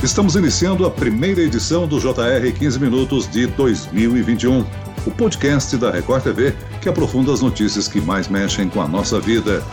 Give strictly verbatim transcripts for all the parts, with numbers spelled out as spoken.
Estamos iniciando a primeira edição do J R quinze Minutos de dois mil e vinte e um, o podcast da Record T V que aprofunda as notícias que mais mexem com a nossa vida.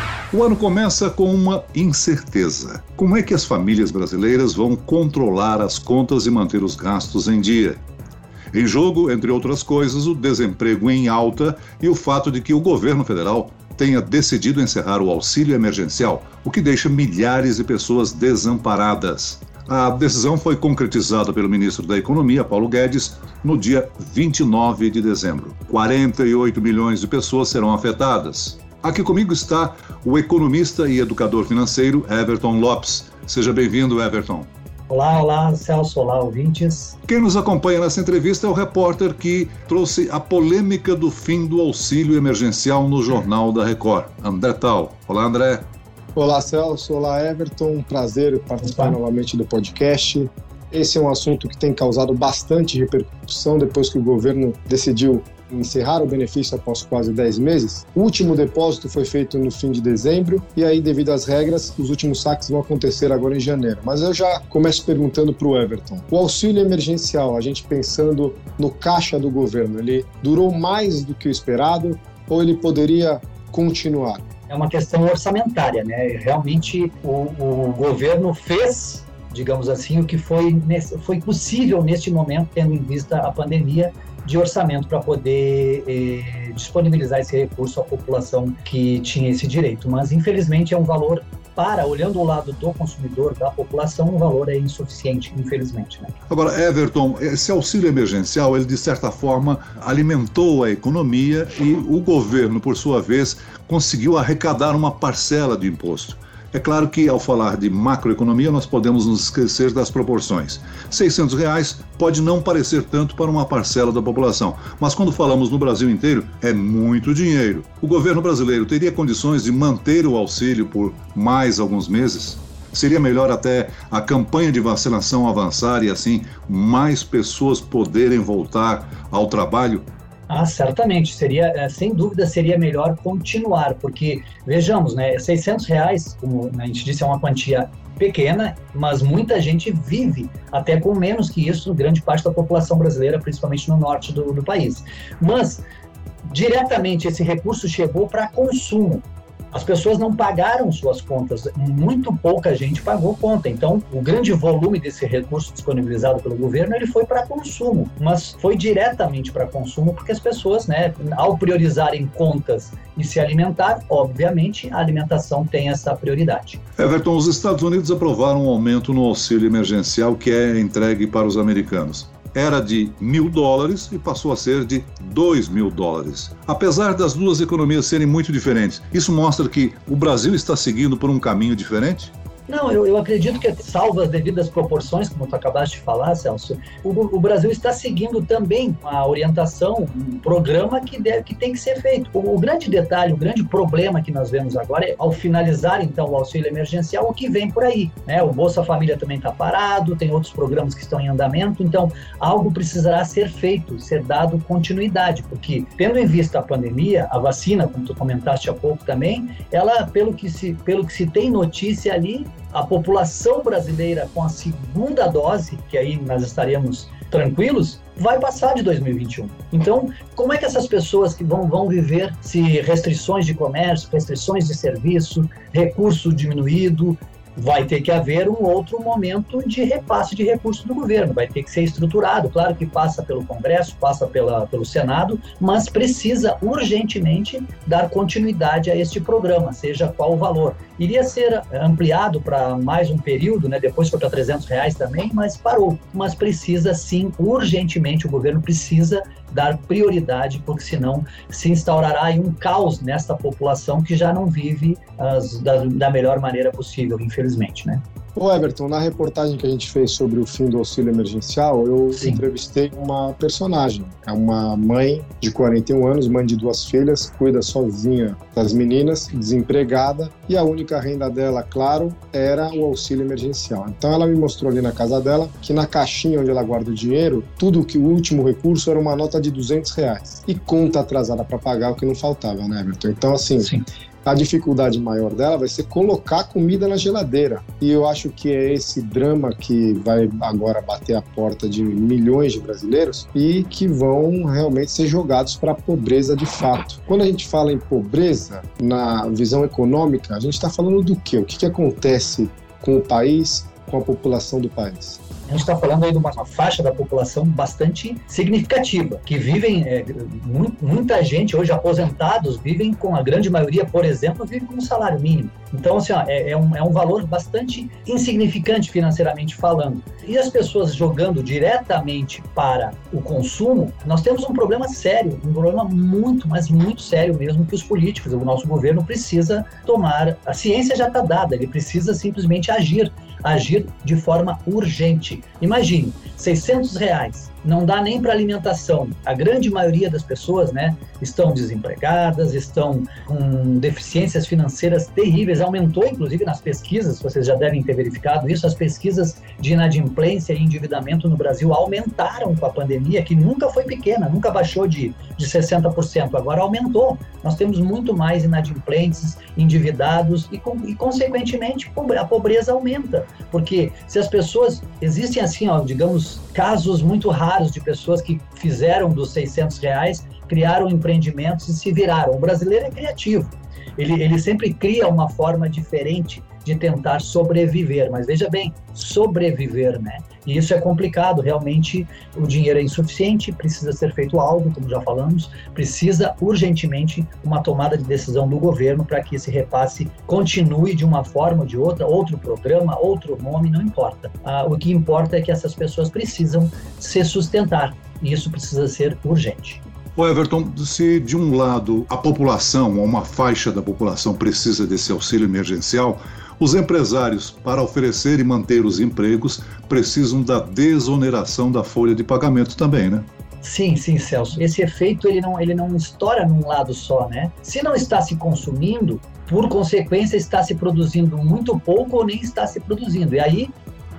O ano começa com uma incerteza. Como é que as famílias brasileiras vão controlar as contas e manter os gastos em dia? Em jogo, entre outras coisas, o desemprego em alta e o fato de que o governo federal tenha decidido encerrar o auxílio emergencial, o que deixa milhares de pessoas desamparadas. A decisão foi concretizada pelo ministro da Economia, Paulo Guedes, no dia vinte e nove de dezembro. quarenta e oito milhões de pessoas serão afetadas. Aqui comigo está o economista e educador financeiro Everton Lopes. Seja bem-vindo, Everton. Olá, olá, Celso, olá, ouvintes. Quem nos acompanha nessa entrevista é o repórter que trouxe a polêmica do fim do auxílio emergencial no Jornal da Record, André Tal. Olá, André. Olá, Celso. Olá, Everton. Um prazer participar Opa. novamente do podcast. Esse é um assunto que tem causado bastante repercussão depois que o governo decidiu encerrar o benefício após quase dez meses. O último depósito foi feito no fim de dezembro e aí, devido às regras, os últimos saques vão acontecer agora em janeiro. Mas eu já começo perguntando para o Everton. O auxílio emergencial, a gente pensando no caixa do governo, ele durou mais do que o esperado ou ele poderia continuar? É uma questão orçamentária, né? Realmente o, o governo fez, digamos assim, o que foi, foi possível neste momento, tendo em vista a pandemia, de orçamento para poder eh, disponibilizar esse recurso à população que tinha esse direito. Mas, infelizmente, é um valor, para, olhando o lado do consumidor, da população, o valor é insuficiente, infelizmente, né? Agora, Everton, esse auxílio emergencial, ele, de certa forma, alimentou a economia e o governo, por sua vez, conseguiu arrecadar uma parcela do imposto. É claro que, ao falar de macroeconomia, nós podemos nos esquecer das proporções. seiscentos reais pode não parecer tanto para uma parcela da população, mas quando falamos no Brasil inteiro, é muito dinheiro. O governo brasileiro teria condições de manter o auxílio por mais alguns meses? Seria melhor até a campanha de vacinação avançar e, assim, mais pessoas poderem voltar ao trabalho? Ah, certamente, seria, sem dúvida seria melhor continuar, porque, vejamos, né, seiscentos reais, como a gente disse, é uma quantia pequena, mas muita gente vive até com menos que isso, grande parte da população brasileira, principalmente no norte do, do país. Mas, diretamente, esse recurso chegou para consumo. As pessoas não pagaram suas contas, muito pouca gente pagou conta. Então, o grande volume desse recurso disponibilizado pelo governo, ele foi para consumo, mas foi diretamente para consumo porque as pessoas, né, ao priorizarem contas e se alimentar, obviamente, a alimentação tem essa prioridade. Everton, os Estados Unidos aprovaram um aumento no auxílio emergencial que é entregue para os americanos. Era de mil dólares e passou a ser de dois mil dólares. Apesar das duas economias serem muito diferentes, isso mostra que o Brasil está seguindo por um caminho diferente? Não, eu, eu acredito que, salvo as devidas proporções, como tu acabaste de falar, Celso, o, o Brasil está seguindo também a orientação, um programa que, deve, que tem que ser feito. O, o grande detalhe, o grande problema que nós vemos agora é, ao finalizar, então, o auxílio emergencial, o que vem por aí, né? O Bolsa Família também está parado, tem outros programas que estão em andamento, então, algo precisará ser feito, ser dado continuidade, porque, tendo em vista a pandemia, a vacina, como tu comentaste há pouco também, ela, pelo que se, pelo que se tem notícia ali, a população brasileira com a segunda dose, que aí nós estaremos tranquilos, vai passar de dois mil e vinte e um. Então, como é que essas pessoas que vão, vão viver se restrições de comércio, restrições de serviço, recurso diminuído? Vai ter que haver um outro momento de repasse de recursos do governo, vai ter que ser estruturado, claro que passa pelo Congresso, passa pela, pelo Senado, mas precisa urgentemente dar continuidade a este programa, seja qual o valor. Iria ser ampliado para mais um período, né? Depois foi para trezentos reais também, mas parou. Mas precisa sim, urgentemente, o governo precisa dar prioridade, porque senão se instaurará aí um caos nesta população que já não vive as, da, da melhor maneira possível, infelizmente, né? Ô Everton, na reportagem que a gente fez sobre o fim do auxílio emergencial, eu Sim. entrevistei uma personagem. É uma mãe de quarenta e um anos, mãe de duas filhas, cuida sozinha das meninas, desempregada, e a única renda dela, claro, era o auxílio emergencial. Então ela me mostrou ali na casa dela que na caixinha onde ela guarda o dinheiro, tudo que o último recurso era uma nota de duzentos reais. E conta atrasada para pagar, o que não faltava, né, Everton? Então, assim... Sim. A dificuldade maior dela vai ser colocar comida na geladeira. E eu acho que é esse drama que vai agora bater a porta de milhões de brasileiros e que vão realmente ser jogados para a pobreza de fato. Quando a gente fala em pobreza, na visão econômica, a gente está falando do quê? O que, que acontece com o país, com a população do país? A gente está falando aí de uma, uma faixa da população bastante significativa, que vivem, é, mu- muita gente hoje, aposentados, vivem com a grande maioria, por exemplo, vive com um salário mínimo. Então, assim, ó, é, é, um, é um valor bastante insignificante financeiramente falando. E as pessoas jogando diretamente para o consumo, nós temos um problema sério, um problema muito, mas muito sério mesmo, que os políticos, o nosso governo precisa tomar. A ciência já está dada, ele precisa simplesmente agir, agir de forma urgente. Imagine, seiscentos reais, não dá nem para alimentação. A grande maioria das pessoas, né, estão desempregadas, estão com deficiências financeiras terríveis. Aumentou, inclusive, nas pesquisas, vocês já devem ter verificado isso, as pesquisas de inadimplência e endividamento no Brasil aumentaram com a pandemia, que nunca foi pequena, nunca baixou de, de sessenta por cento, agora aumentou. Nós temos muito mais inadimplentes, endividados e, e consequentemente, a pobreza aumenta. Porque se as pessoas, existem assim, ó, digamos, casos muito raros de pessoas que fizeram dos seiscentos reais, criaram empreendimentos e se viraram. O brasileiro é criativo, ele, ele sempre cria uma forma diferente de tentar sobreviver, mas veja bem, sobreviver, né? E isso é complicado, realmente o dinheiro é insuficiente, precisa ser feito algo, como já falamos, precisa urgentemente uma tomada de decisão do governo para que esse repasse continue de uma forma ou de outra, outro programa, outro nome, não importa. Ah, o que importa é que essas pessoas precisam se sustentar, e isso precisa ser urgente. Ô Everton, se de um lado a população, ou uma faixa da população precisa desse auxílio emergencial, os empresários, para oferecer e manter os empregos, precisam da desoneração da folha de pagamento também, né? Sim, sim, Celso. Esse efeito ele não, ele não estoura num lado só, né? Se não está se consumindo, por consequência está se produzindo muito pouco ou nem está se produzindo. E aí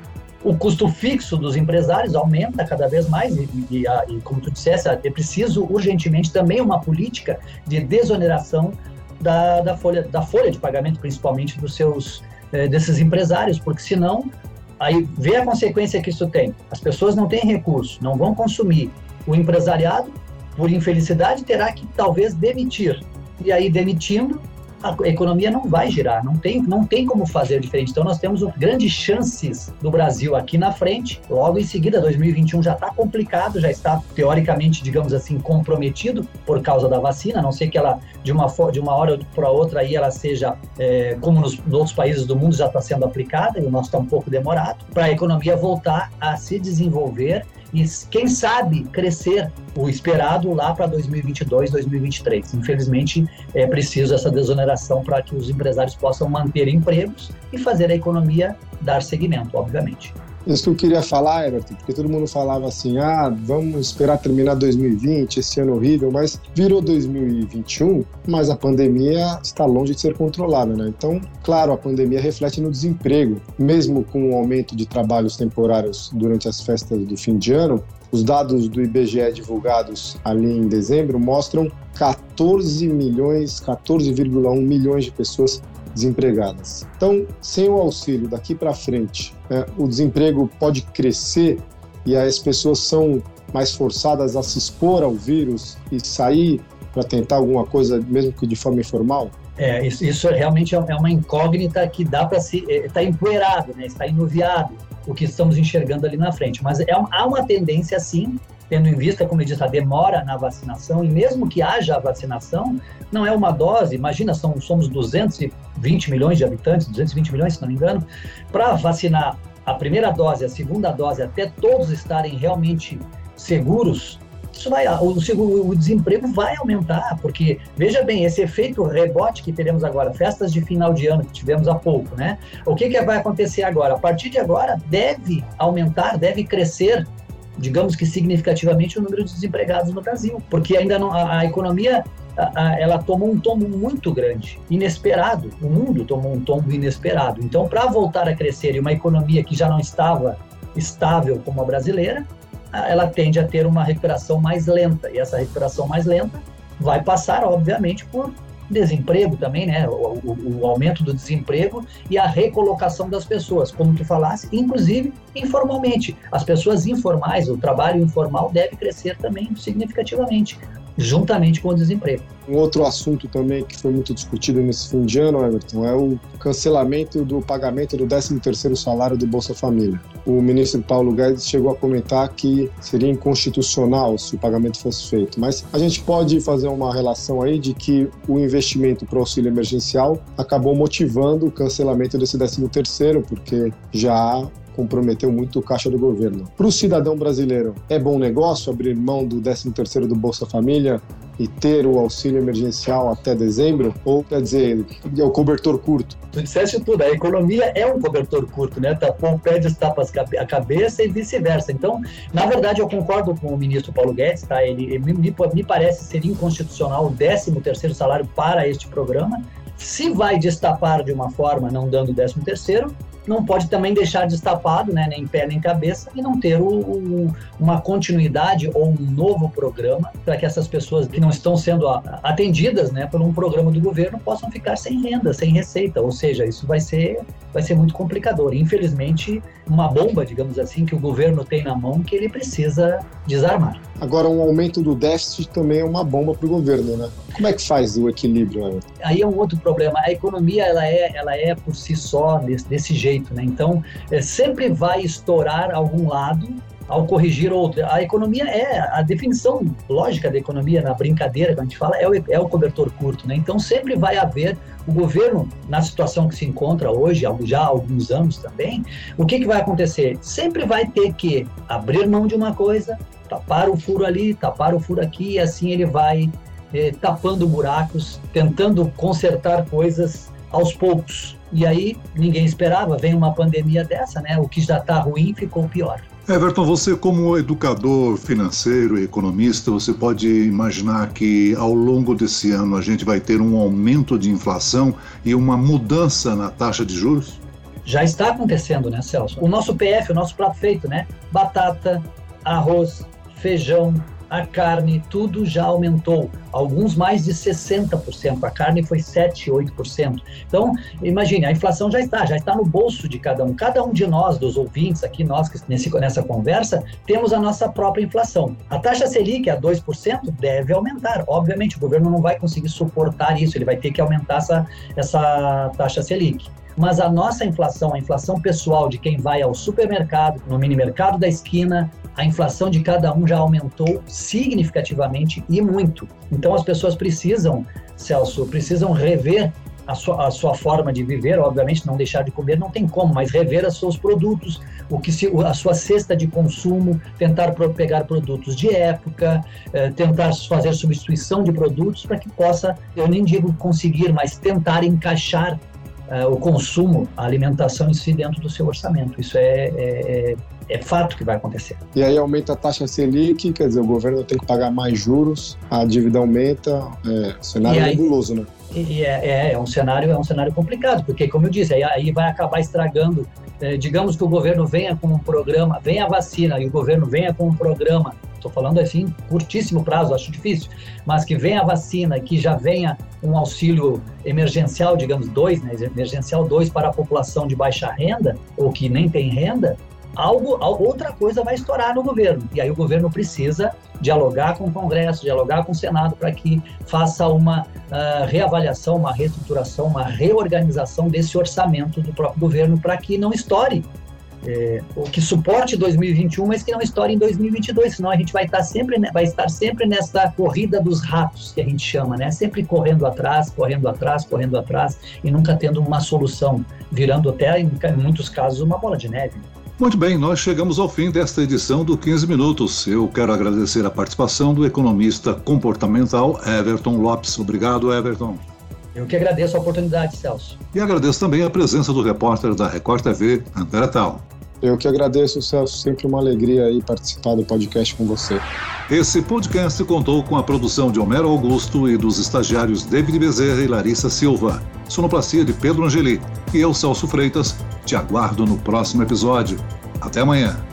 o custo fixo dos empresários aumenta cada vez mais e, e, e como tu disseste, é preciso urgentemente também uma política de desoneração da, da, folha, da folha de pagamento, principalmente dos seus, eh, desses empresários, porque senão, aí vê a consequência que isso tem. As pessoas não têm recurso, não vão consumir. O empresariado, por infelicidade, terá que talvez demitir. E aí, demitindo, a economia não vai girar, não tem, não tem como fazer diferente. Então, nós temos grandes chances do Brasil aqui na frente. Logo em seguida, dois mil e vinte e um já está complicado, já está, teoricamente, digamos assim, comprometido por causa da vacina, a não ser que ela, de uma, de uma hora para outra, aí ela seja, é, como nos, nos outros países do mundo já está sendo aplicada, e o nosso está um pouco demorado, para a economia voltar a se desenvolver e, quem sabe, crescer o esperado lá para dois mil e vinte e dois, dois mil e vinte e três. Infelizmente, é preciso essa desoneração para que os empresários possam manter empregos e fazer a economia dar seguimento, obviamente. Isso que eu queria falar, Everton, porque todo mundo falava assim, ah, vamos esperar terminar dois mil e vinte, esse ano horrível, mas virou dois mil e vinte e um, mas a pandemia está longe de ser controlada, né? Então, claro, a pandemia reflete no desemprego, mesmo com o aumento de trabalhos temporários durante as festas do fim de ano. Os dados do I B G E divulgados ali em dezembro mostram quatorze milhões, quatorze vírgula um milhões de pessoas desempregadas. Então, sem o auxílio daqui para frente, né, o desemprego pode crescer e as pessoas são mais forçadas a se expor ao vírus e sair para tentar alguma coisa, mesmo que de forma informal? É, isso, isso realmente é uma incógnita que dá para se... está empoeirado, né, está enuviado o que estamos enxergando ali na frente. Mas é, há uma tendência, sim, tendo em vista, como eu disse, a demora na vacinação, e mesmo que haja a vacinação, não é uma dose, imagina, são, somos duzentos e vinte milhões de habitantes, duzentos e vinte milhões, se não me engano, para vacinar a primeira dose, a segunda dose, até todos estarem realmente seguros, isso vai, o, o desemprego vai aumentar, porque, veja bem, esse efeito rebote que teremos agora, festas de final de ano que tivemos há pouco, né? O que, que vai acontecer agora? A partir de agora, deve aumentar, deve crescer, digamos que significativamente, o número de desempregados no Brasil, porque ainda não, a, a economia a, a, ela tomou um tombo muito grande, inesperado, o mundo tomou um tombo inesperado. Então, para voltar a crescer e uma economia que já não estava estável como a brasileira, ela tende a ter uma recuperação mais lenta, e essa recuperação mais lenta vai passar, obviamente, por desemprego também, né? O, o, o aumento do desemprego e a recolocação das pessoas, como tu falasse, inclusive informalmente. As pessoas informais, o trabalho informal deve crescer também significativamente, juntamente com o desemprego. Um outro assunto também que foi muito discutido nesse fim de ano, Everton, é o cancelamento do pagamento do décimo terceiro salário do Bolsa Família. O ministro Paulo Guedes chegou a comentar que seria inconstitucional se o pagamento fosse feito, mas a gente pode fazer uma relação aí de que o investimento para o auxílio emergencial acabou motivando o cancelamento desse décimo terceiro, porque já comprometeu muito o caixa do governo. Para o cidadão brasileiro, é bom negócio abrir mão do décimo terceiro do Bolsa Família e ter o auxílio emergencial até dezembro? Ou, quer dizer, é o cobertor curto? Tu disseste tudo, a economia é um cobertor curto, né? Tapou o pé, destapa a cabeça e vice-versa. Então, na verdade, eu concordo com o ministro Paulo Guedes, tá? Ele, ele me, me parece ser inconstitucional o décimo terceiro salário para este programa. Se vai destapar de uma forma não dando o décimo terceiro, não pode também deixar destapado, né, nem pé nem cabeça, e não ter o, o, uma continuidade ou um novo programa para que essas pessoas que não estão sendo atendidas, né, por um programa do governo possam ficar sem renda, sem receita. Ou seja, isso vai ser, vai ser muito complicador. Infelizmente, uma bomba, digamos assim, que o governo tem na mão que ele precisa desarmar. Agora, um aumento do déficit também é uma bomba para o governo, né? Como é que faz o equilíbrio, né? Aí é um outro problema. A economia, ela é, ela é por si só desse, desse jeito, né? Então, é, sempre vai estourar algum lado ao corrigir outro. A economia é, a definição lógica da economia, na brincadeira que a gente fala, é o, é o cobertor curto, né? Então, sempre vai haver, o governo, na situação que se encontra hoje, já há alguns anos também, o que, que vai acontecer? Sempre vai ter que abrir mão de uma coisa, tapar o furo ali, tapar o furo aqui, e assim ele vai eh, tapando buracos, tentando consertar coisas aos poucos. E aí ninguém esperava, vem uma pandemia dessa, né? O que já está ruim ficou pior. Everton, você como educador financeiro e economista, você pode imaginar que ao longo desse ano a gente vai ter um aumento de inflação e uma mudança na taxa de juros? Já está acontecendo, né, Celso? O nosso P F, o nosso prato feito, né? Batata, arroz, feijão, a carne, tudo já aumentou. Alguns mais de sessenta por cento. A carne foi sete, oito por cento. Então, imagine, a inflação já está, já está no bolso de cada um. Cada um de nós, dos ouvintes aqui, nós que nesse, nessa conversa, temos a nossa própria inflação. A taxa Selic, a dois por cento, deve aumentar. Obviamente, o governo não vai conseguir suportar isso, ele vai ter que aumentar essa, essa taxa Selic. Mas a nossa inflação, a inflação pessoal de quem vai ao supermercado, no mini-mercado da esquina, a inflação de cada um já aumentou significativamente e muito. Então as pessoas precisam, Celso, precisam rever a sua, a sua forma de viver, obviamente não deixar de comer, não tem como, mas rever os seus produtos, o que se, a sua cesta de consumo, tentar pegar produtos de época, eh, tentar fazer substituição de produtos para que possa, eu nem digo conseguir, mas tentar encaixar Uh, o consumo, a alimentação em si dentro do seu orçamento. Isso é, é, é fato que vai acontecer. E aí aumenta a taxa Selic, quer dizer, o governo tem que pagar mais juros, a dívida aumenta, é, o cenário é nebuloso, né? E é, é, é, um cenário, é um cenário complicado, porque, como eu disse, aí, aí vai acabar estragando, é, digamos que o governo venha com um programa, venha a vacina e o governo venha com um programa, estou falando assim, curtíssimo prazo, acho difícil, mas que venha a vacina e que já venha um auxílio emergencial, digamos, dois, né, emergencial dois para a população de baixa renda, ou que nem tem renda, algo, outra coisa vai estourar no governo. E aí o governo precisa dialogar com o Congresso, dialogar com o Senado para que faça uma uh, reavaliação, uma reestruturação, uma reorganização desse orçamento do próprio governo para que não estoure. É, o que suporte dois mil e vinte e um, mas que não estoure em dois mil e vinte e dois, senão a gente vai estar sempre, vai estar sempre nessa corrida dos ratos, que a gente chama, né? Sempre correndo atrás, correndo atrás, correndo atrás, e nunca tendo uma solução, virando até, em muitos casos, uma bola de neve. Muito bem, nós chegamos ao fim desta edição do quinze Minutos. Eu quero agradecer a participação do economista comportamental Everton Lopes. Obrigado, Everton. Eu que agradeço a oportunidade, Celso. E agradeço também a presença do repórter da Record T V, André Tal. Eu que agradeço, Celso. Sempre uma alegria aí participar do podcast com você. Esse podcast contou com a produção de Homero Augusto e dos estagiários David Bezerra e Larissa Silva. Sonoplastia de Pedro Angeli. E eu, Celso Freitas, te aguardo no próximo episódio. Até amanhã.